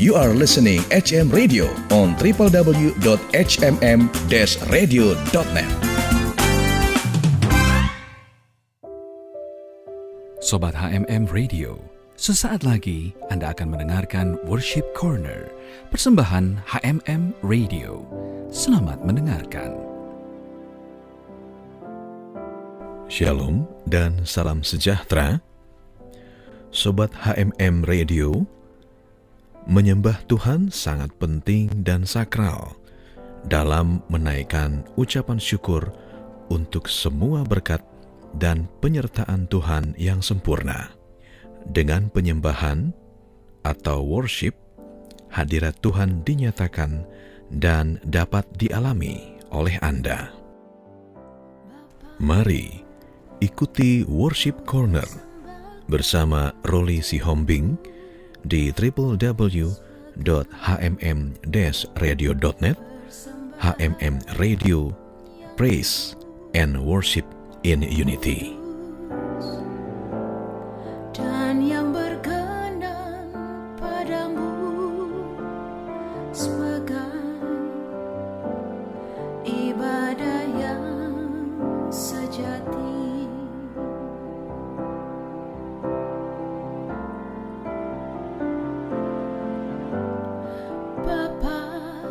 You are listening HM Radio on www.hmm-radio.net. Sobat HMM Radio, sesaat lagi Anda akan mendengarkan Worship Corner, persembahan HMM Radio. Selamat mendengarkan. Shalom dan salam sejahtera. Sobat HMM Radio, menyembah Tuhan sangat penting dan sakral dalam menaikkan ucapan syukur untuk semua berkat dan penyertaan Tuhan yang sempurna. Dengan penyembahan atau worship, hadirat Tuhan dinyatakan dan dapat dialami oleh Anda. Mari ikuti Worship Corner bersama Roli Sihombing di www.hmm-radio.net. HMM Radio, Praise and Worship in Unity. Dan yang berkenan padamu sebagai ibadah yang sejati. Bapa,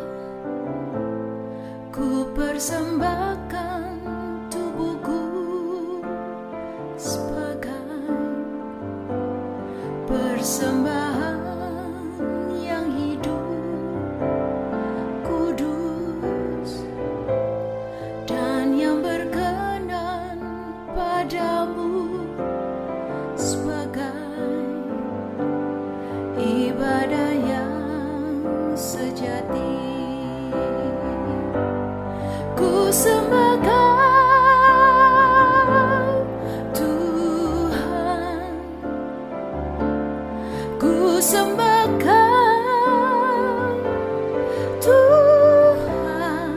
ku persembahkan tubuhku sebagai persembahan yang hidup, kudus, dan yang berkenan padamu sebagai ibadah yang sejati. Ku sembah Kau, Tuhan. Ku sembah Kau, Tuhan.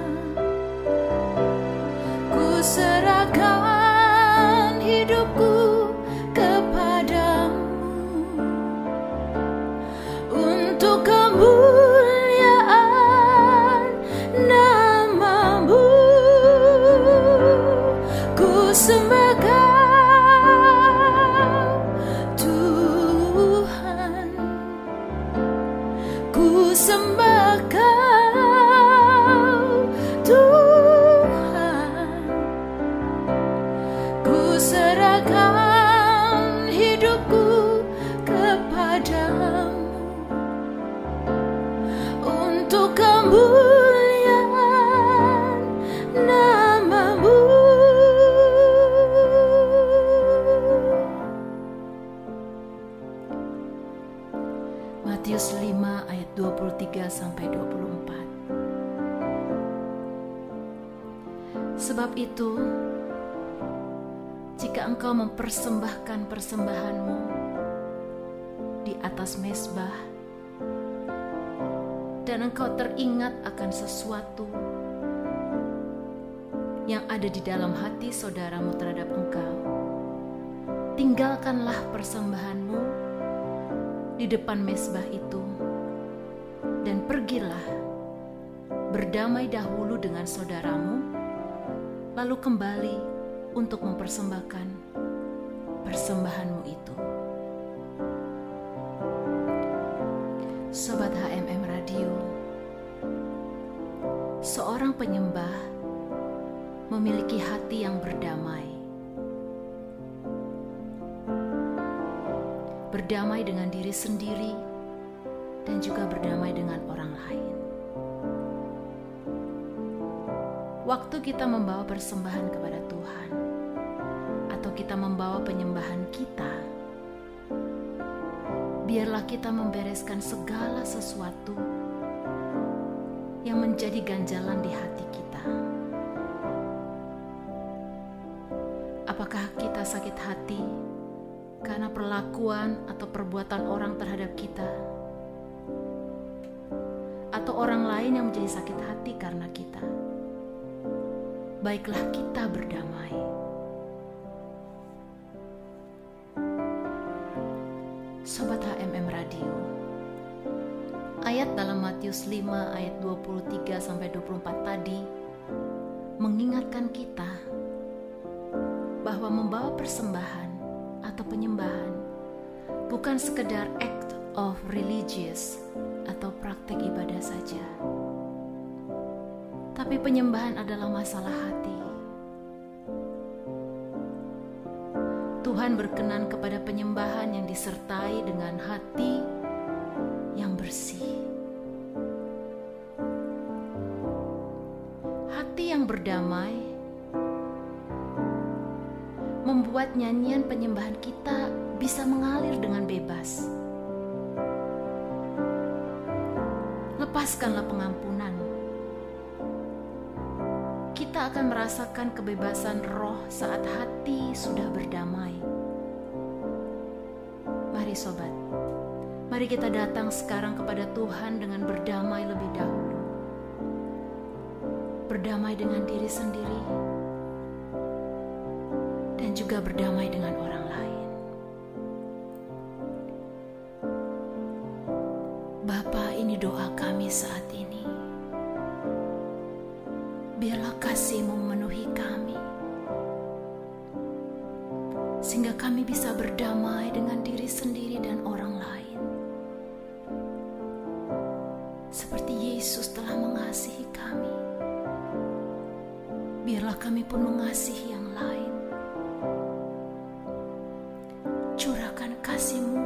Ku serahkan hidupku kepadamu untuk kemuliaan nama-Mu. Ku sembah Kau, Tuhan. Ku sembah Kau, Tuhan. Ku serahkan hidupku kepadamu untuk kemuliaan nama-Mu. Matius 5 ayat 23 sampai 24. Sebab itu, jika engkau mempersembahkan persembahanmu di atas mezbah, dan engkau teringat akan sesuatu yang ada di dalam hati saudaramu terhadap engkau, tinggalkanlah persembahanmu di depan mezbah itu, dan pergilah berdamai dahulu dengan saudaramu, lalu kembali untuk mempersembahkan persembahanmu itu. Sobat HMM Radio, seorang penyembah memiliki hati yang berdamai. Berdamai dengan diri sendiri dan juga berdamai dengan orang lain. Waktu kita membawa persembahan kepada Tuhan atau kita membawa penyembahan kita, biarlah kita membereskan segala sesuatu yang menjadi ganjalan di hati kita. Apakah kita sakit hati karena perlakuan atau perbuatan orang terhadap kita? Atau orang lain yang menjadi sakit hati karena kita? Baiklah kita berdamai. Sobat HMM Radio, Matius 5 ayat 23-24 tadi mengingatkan kita bahwa membawa persembahan atau penyembahan bukan sekedar act of religious atau praktik ibadah saja, tapi penyembahan adalah masalah hati. Tuhan berkenan kepada penyembahan yang disertai dengan hati yang bersih. Hati yang berdamai membuat nyanyian penyembahan kita bisa mengalir dengan bebas. Lepaskanlah pengampunan. Kita akan merasakan kebebasan roh saat hati sudah berdamai. Mari sobat, mari kita datang sekarang kepada Tuhan dengan berdamai lebih dahulu. Berdamai dengan diri sendiri dan juga berdamai dengan orang lain. Bapa, ini doa kami saat ini. Biarlah kasih-Mu memenuhi kami, sehingga kami bisa berdamai dengan diri sendiri dan orang lain. Seperti Yesus telah mengasihi kami, biarlah kami pun mengasihi yang lain. Curahkan kasih-Mu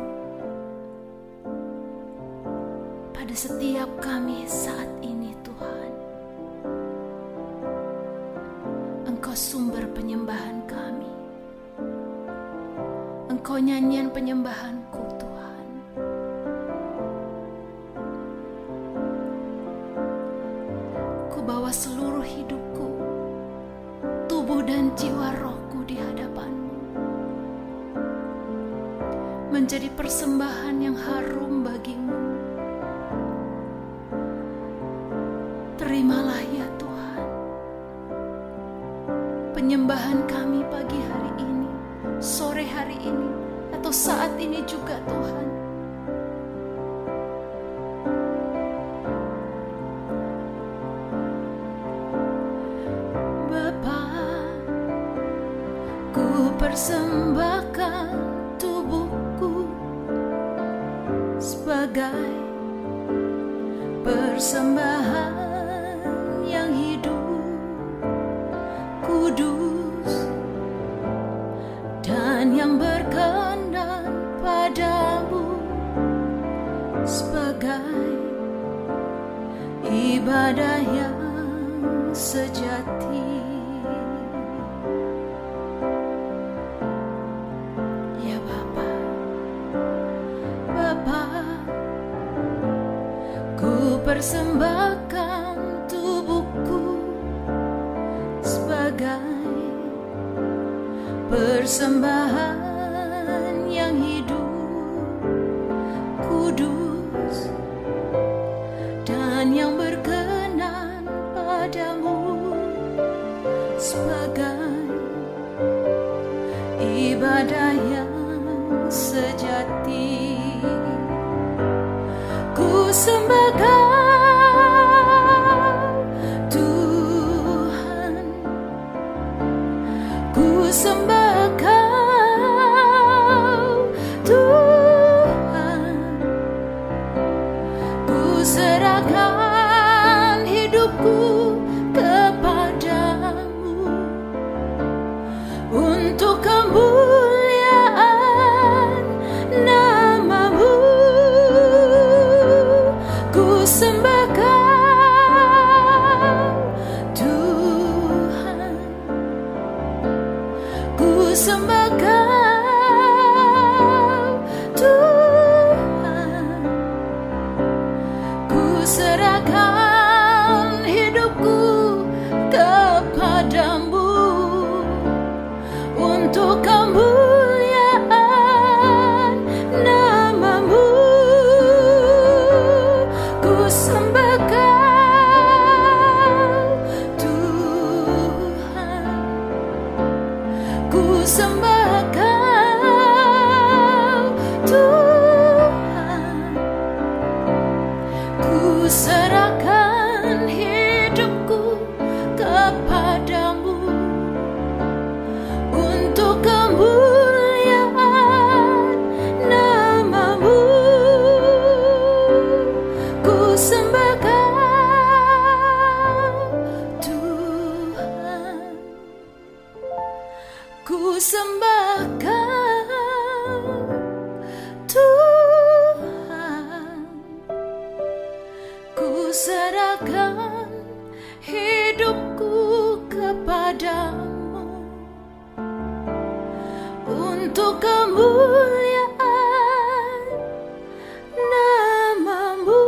pada setiap kami saat ini, Tuhan. Engkau sumber penyembahan kami. Engkau nyanyian penyembahanku, Tuhan. Ku bawa seluruh hidupku, tubuh dan jiwa rohku di hadapan-Mu, menjadi persembahan yang harum bagi-Mu. Terimalah ya Tuhan penyembahan kami pagi hari ini, sore hari ini, atau saat ini juga Tuhan. Bapa, ku persembahkan tubuhku sebagai persembahan yang hidup, kudus, dan yang berkenan padamu, sebagai ibadah yang sejati. Ya Bapa, Bapa, ku persembahkan tubuhku sebagai persembahan yang hidup, kudus, dan yang berkenan padamu, sebagai ibadah yang sejati. Ku sembah Kau, Tuhan. Ku sembah Kau, Tuhan. Ku serahkan hidupku kepadamu untuk kemuliaan nama-Mu. Ku kepadamu untuk kemuliaan nama-Mu,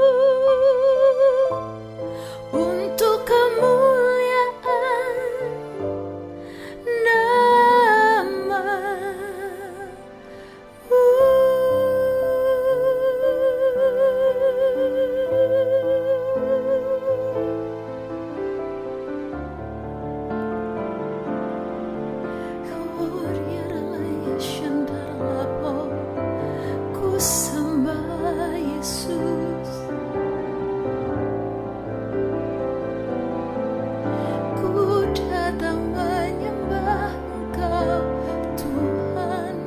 untuk kemuliaan nama-Mu. Ku sembah Yesus, ku datang menyembah Engkau Tuhan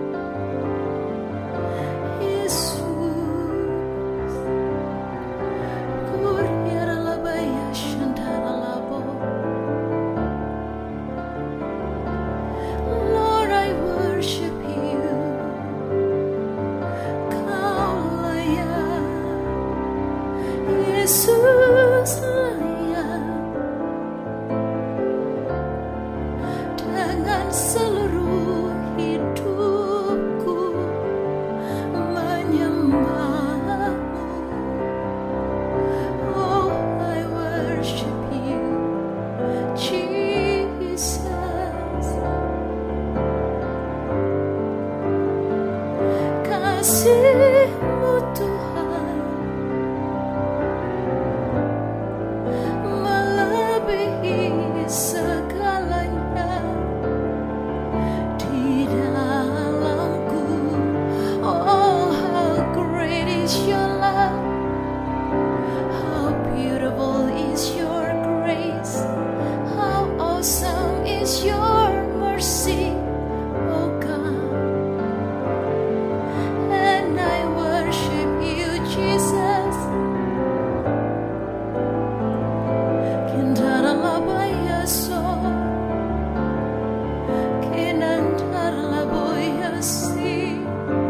Yesus. Kuriaralabaya shandaralabo. Lord, I worship you. Yesus layak dengan seluruh hidupku menyembah-Mu. Oh, I worship you, Jesus. Kasih-Mu Tuhan melebihi segalanya di dalamku. Oh, how great is your love, how beautiful is your grace, how awesome is your mercy, oh God. And I worship you, Jesus. Kindaralabaya so, kinandaralaboya si,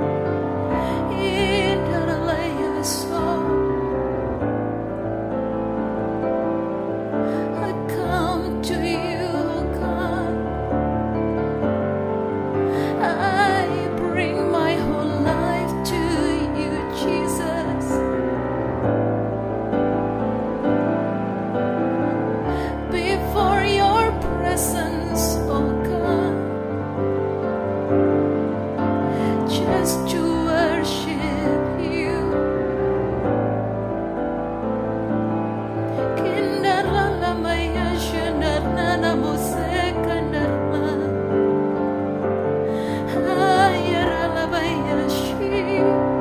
indaralaya so. I come to you, God. I bring my whole life to you, Jesus. Before your presence, oh God, just to worship you. Kindaralamaya shandarnana musekandarma, ayaralabaya shi.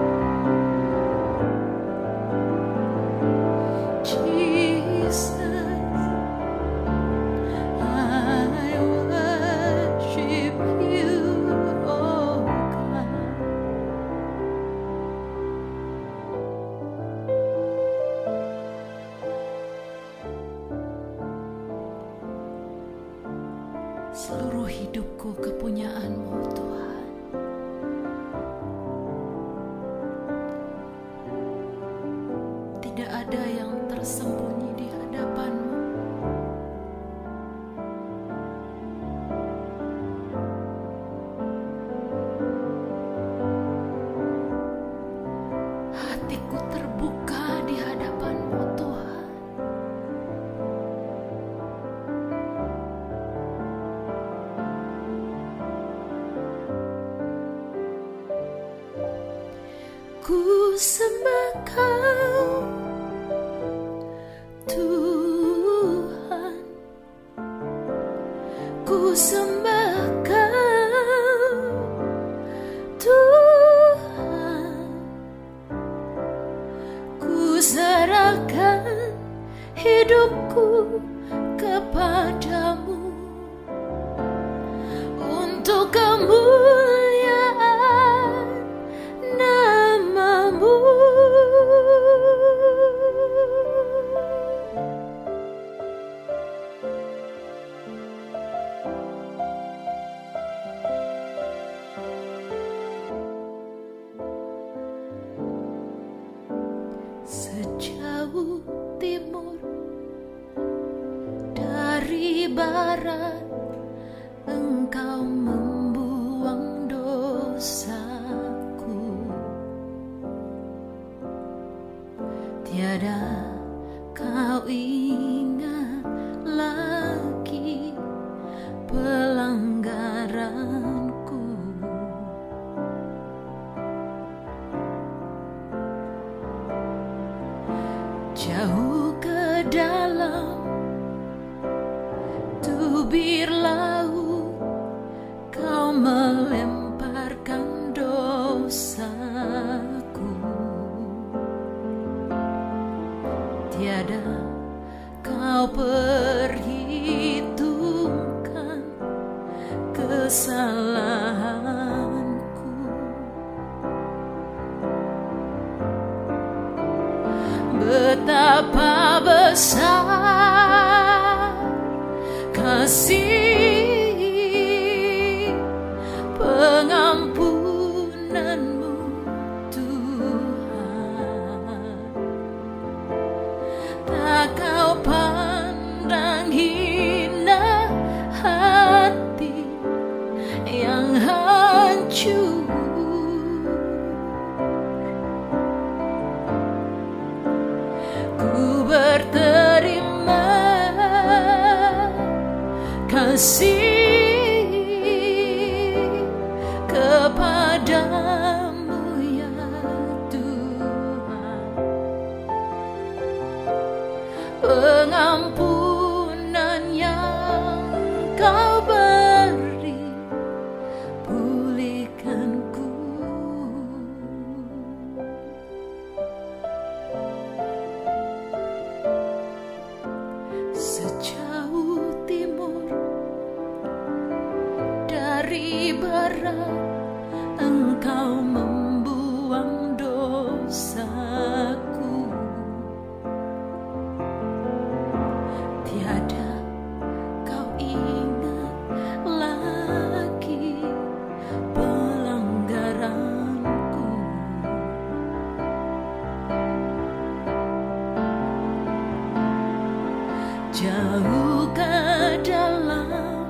Jesus, I worship you, oh God. Seluruh hidupku kepunyaan-Mu, Tuhan. Tidak ada yang tersembunyi di hadapan-Mu. Hatiku terbuka di hadapan-Mu, Tuhan. Ku sembah Kau, Tuhan. Ku sembah Kau, Tuhan. Ku serahkan hidupku kepadamu untuk kemuliaan nama-Mu. Sejauh timur dari barat Engkau membuang dosaku. Tiada kau ingat lagi pelanggaranku. Jauh ke dalam tubir laut kau melemparkan dosaku. Tiada kau perhitungkan kesalahanku. Betapa besar kasih pengampunanmu Tuhan. Tak kau pandang hina hati yang hancur. Ku berterima kasih kepadamu ya Tuhan. Pengampunan yang kau beri pulihkanku. Sejauh timur dari barat engkau membuang dosaku. Tiada kau ingat lagi pelanggaranku. Jauh ke dalam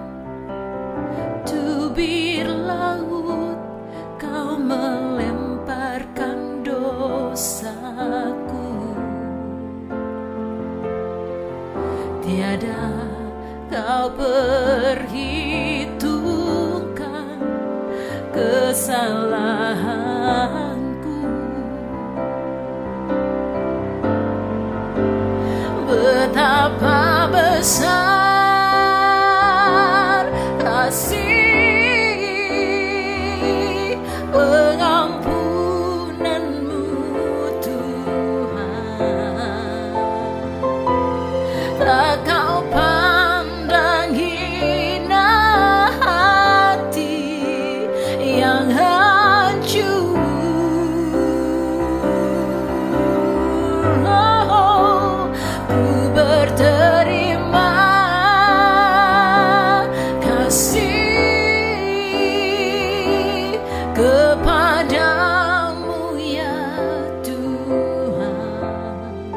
tubir laut kau melemparkan dosaku. Tiada kau perhitungkan kesalahanku. Betapa besar kasih pengampunanmu Tuhan. Tak kau pandang hina hati yang hancur. Berterima kasih kepadamu ya Tuhan.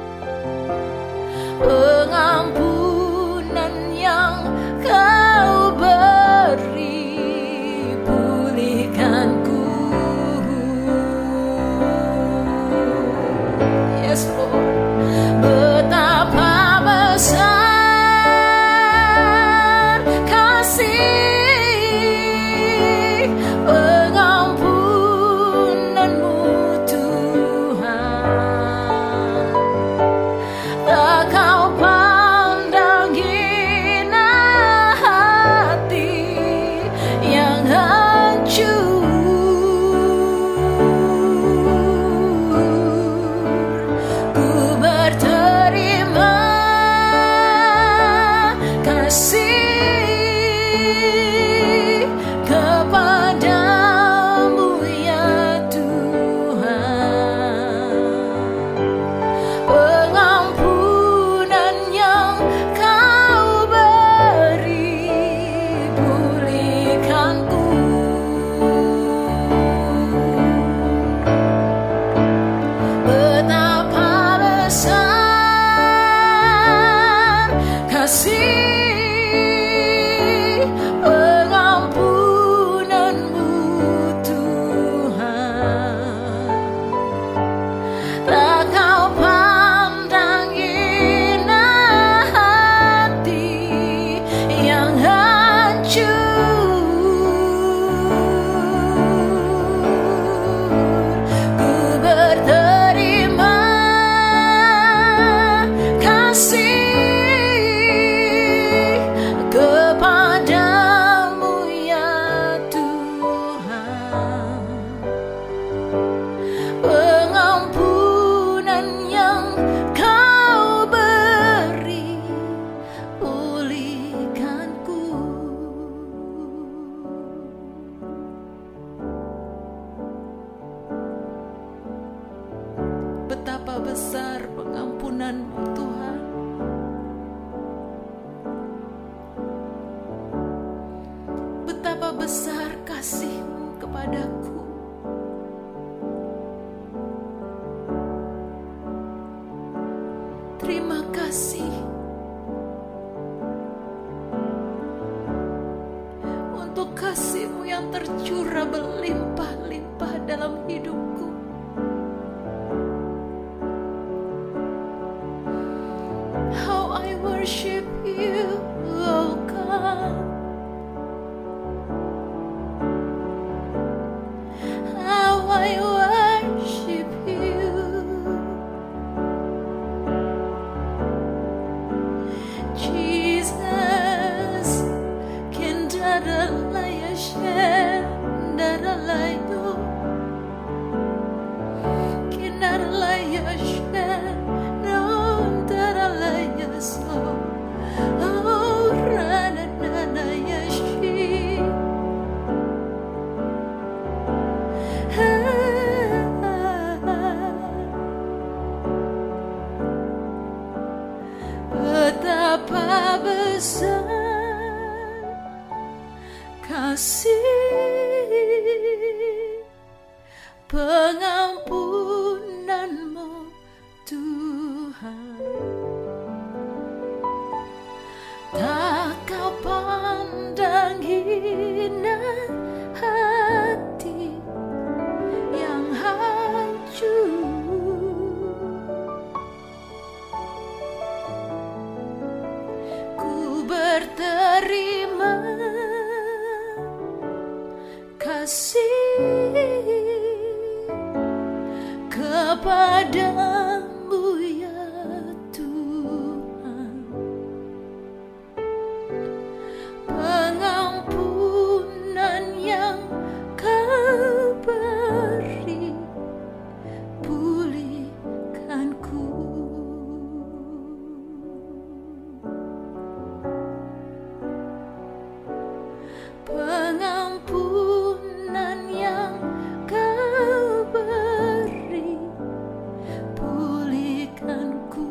Pengampunan yang kau beri pulihkanku. Yes Lord. Betapa besar kasih pengampunanmu Tuhan. Tak kau pandang hina hati yang hancur. Berterima kasih kepadamu ya Tuhan. Pengampunan yang kau beri pulihkanku. Betapa besar kasih padaku. Terima kasih untuk kasih-Mu yang tercurah berlimpah-limpah dalam hidupku. How I worship You, oh God. How I worship You. Jesus, kendaralaya shendaralayo, kendaralaya shendaralaya so, oh rananaya shi, betapa besar kasih pengampunan-Mu Tuhan. Tak Kau pandang hina hati yang hancur. Ku berterima kasih kepadamu ya Tuhan. Pengampunan yang Kau beri, pulihkanku. Pengampunan yang Kau beri, pulihkanku.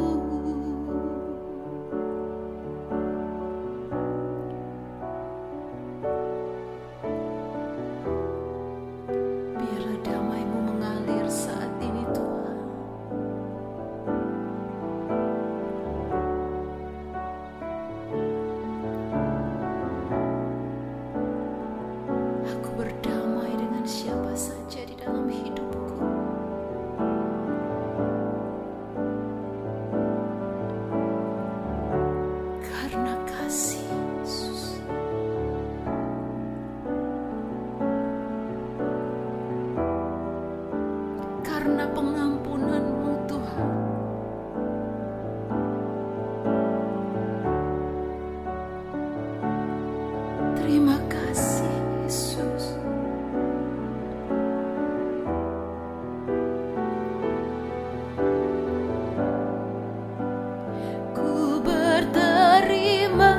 Biarlah damai-Mu mengalir saat ini Tuhan. Aku berdamai dengan siapa saja di dalam hidupku. Karena kasih Yesus. Karena pengampunan-Mu Tuhan. Terima kasih Yesus. Ku berterima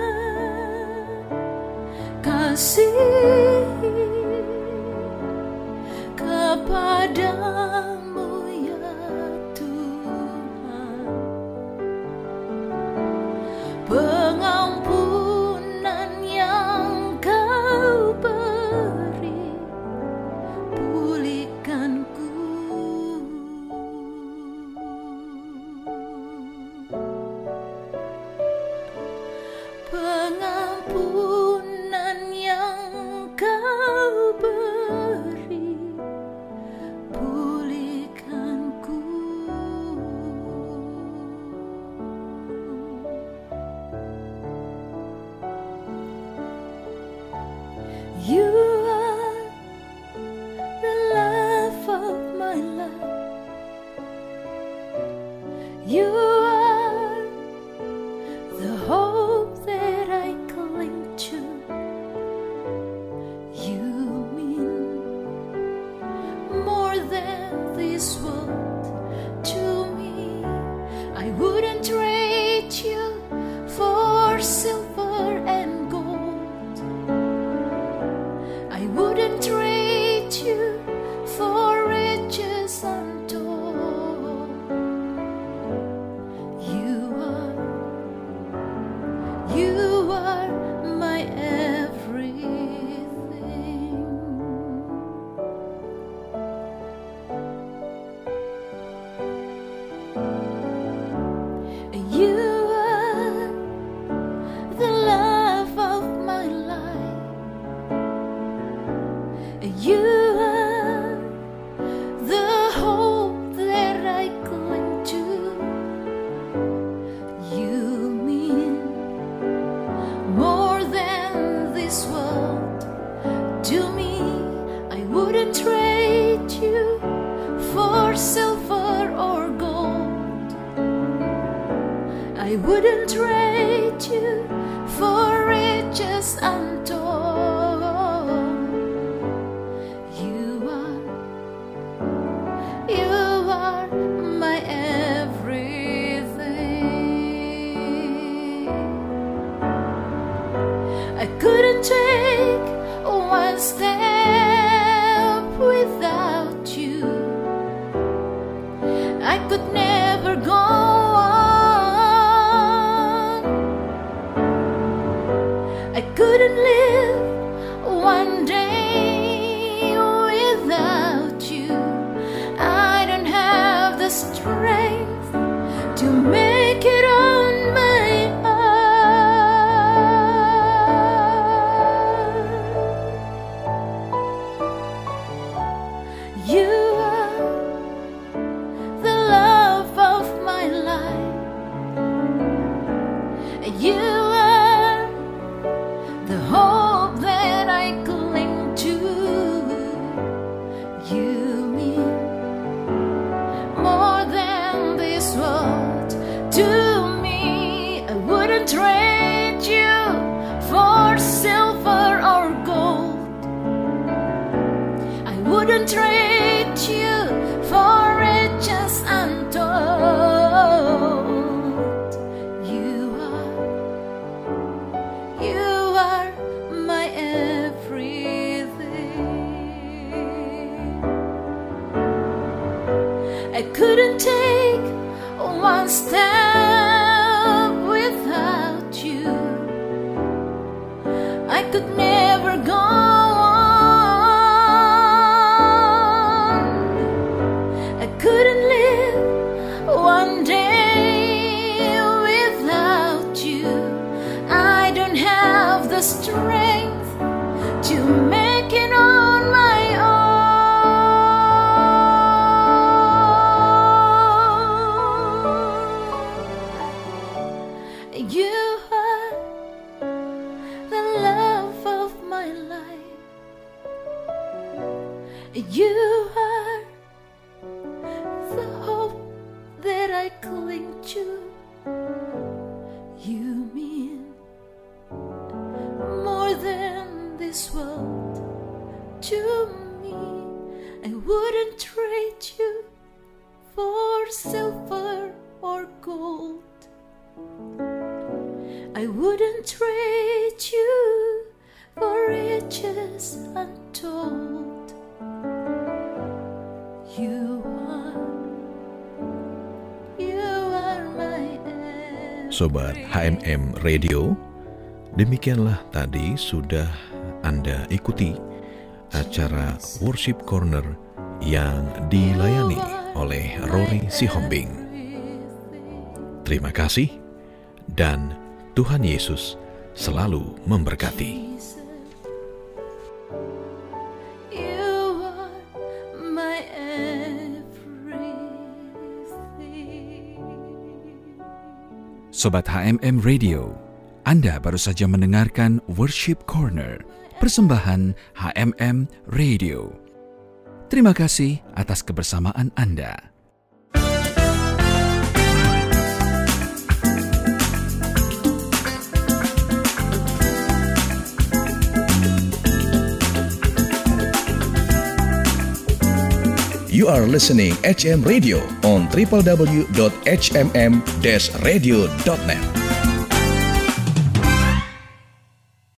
kasih kepadamu ya Tuhan. Pengampunan yang Kau beri, pulihkanku. Pengampunan yang Kau beri, pulihkanku. You are the love of my life. You are the hope that I cling to. You mean more than this world to me. I wouldn't trade You for silver and gold. I wouldn't trade You for riches untold. You are my everything. I wouldn't trade you for riches untold. You are my everything. I couldn't take one step without you. I could never go on. I couldn't live one day without you. I don't have the strength to make it on my own. You You are the hope that I cling to. You mean more than this world to me. I wouldn't trade you for silver or gold. I wouldn't trade you for riches untold. I couldn't take one step without you. I could never go on. I couldn't live one day without you. I don't have the strength to make it on my own. You are the love of my life. You are the hope that I cling to. You mean more than this world to me. I wouldn't trade you for silver or gold. I wouldn't trade you for riches untold. You are my everything. Sobat HMM Radio, demikianlah tadi sudah Anda ikuti acara Worship Corner yang dilayani oleh Rory Sihombing. Terima kasih dan Tuhan Yesus selalu memberkati. Sobat HMM Radio, Anda baru saja mendengarkan Worship Corner, persembahan HMM Radio. Terima kasih atas kebersamaan Anda. You are listening HM Radio on www.hmm-radio.net.